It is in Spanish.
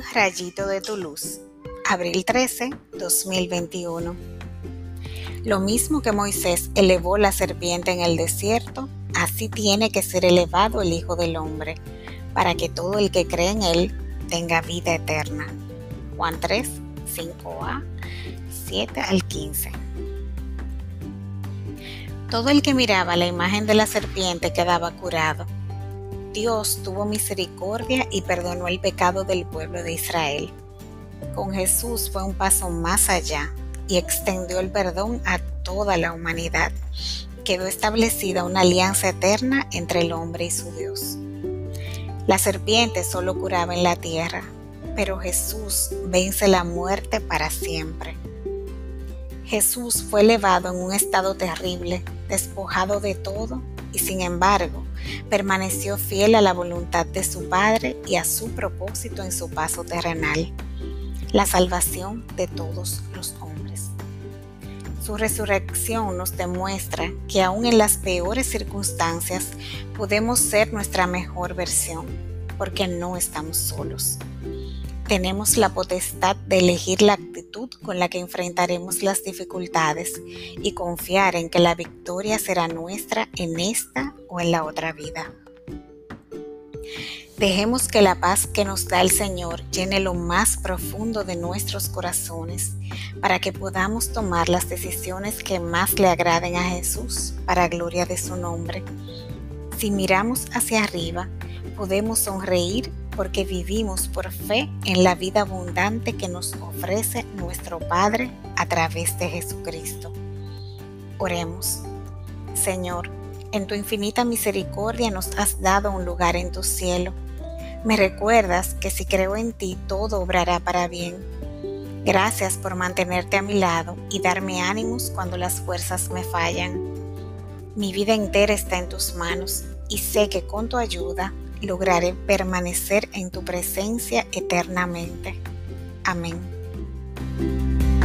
Rayito de tu luz, abril 13, 2021. Lo mismo que Moisés elevó la serpiente en el desierto, así tiene que ser elevado el Hijo del Hombre, para que todo el que cree en él tenga vida eterna. Juan 3, 5a, 7 al 15. Todo el que miraba la imagen de la serpiente quedaba curado. Dios tuvo misericordia y perdonó el pecado del pueblo de Israel. Con Jesús fue un paso más allá y extendió el perdón a toda la humanidad. Quedó establecida una alianza eterna entre el hombre y su Dios. La serpiente solo curaba en la tierra, pero Jesús vence la muerte para siempre. Jesús fue elevado en un estado terrible, despojado de todo, y sin embargo, permaneció fiel a la voluntad de su Padre y a su propósito en su paso terrenal, la salvación de todos los hombres. Su resurrección nos demuestra que aún en las peores circunstancias podemos ser nuestra mejor versión, porque no estamos solos. Tenemos la potestad de elegir la actitud con la que enfrentaremos las dificultades y confiar en que la victoria será nuestra en esta o en la otra vida. Dejemos que la paz que nos da el Señor llene lo más profundo de nuestros corazones para que podamos tomar las decisiones que más le agraden a Jesús para gloria de su nombre. Si miramos hacia arriba, podemos sonreír porque vivimos por fe en la vida abundante que nos ofrece nuestro Padre a través de Jesucristo. Oremos. Señor, en tu infinita misericordia nos has dado un lugar en tu cielo. Me recuerdas que si creo en ti todo obrará para bien. Gracias por mantenerte a mi lado y darme ánimos cuando las fuerzas me fallan. Mi vida entera está en tus manos y sé que con tu ayuda lograré permanecer en tu presencia eternamente. Amén.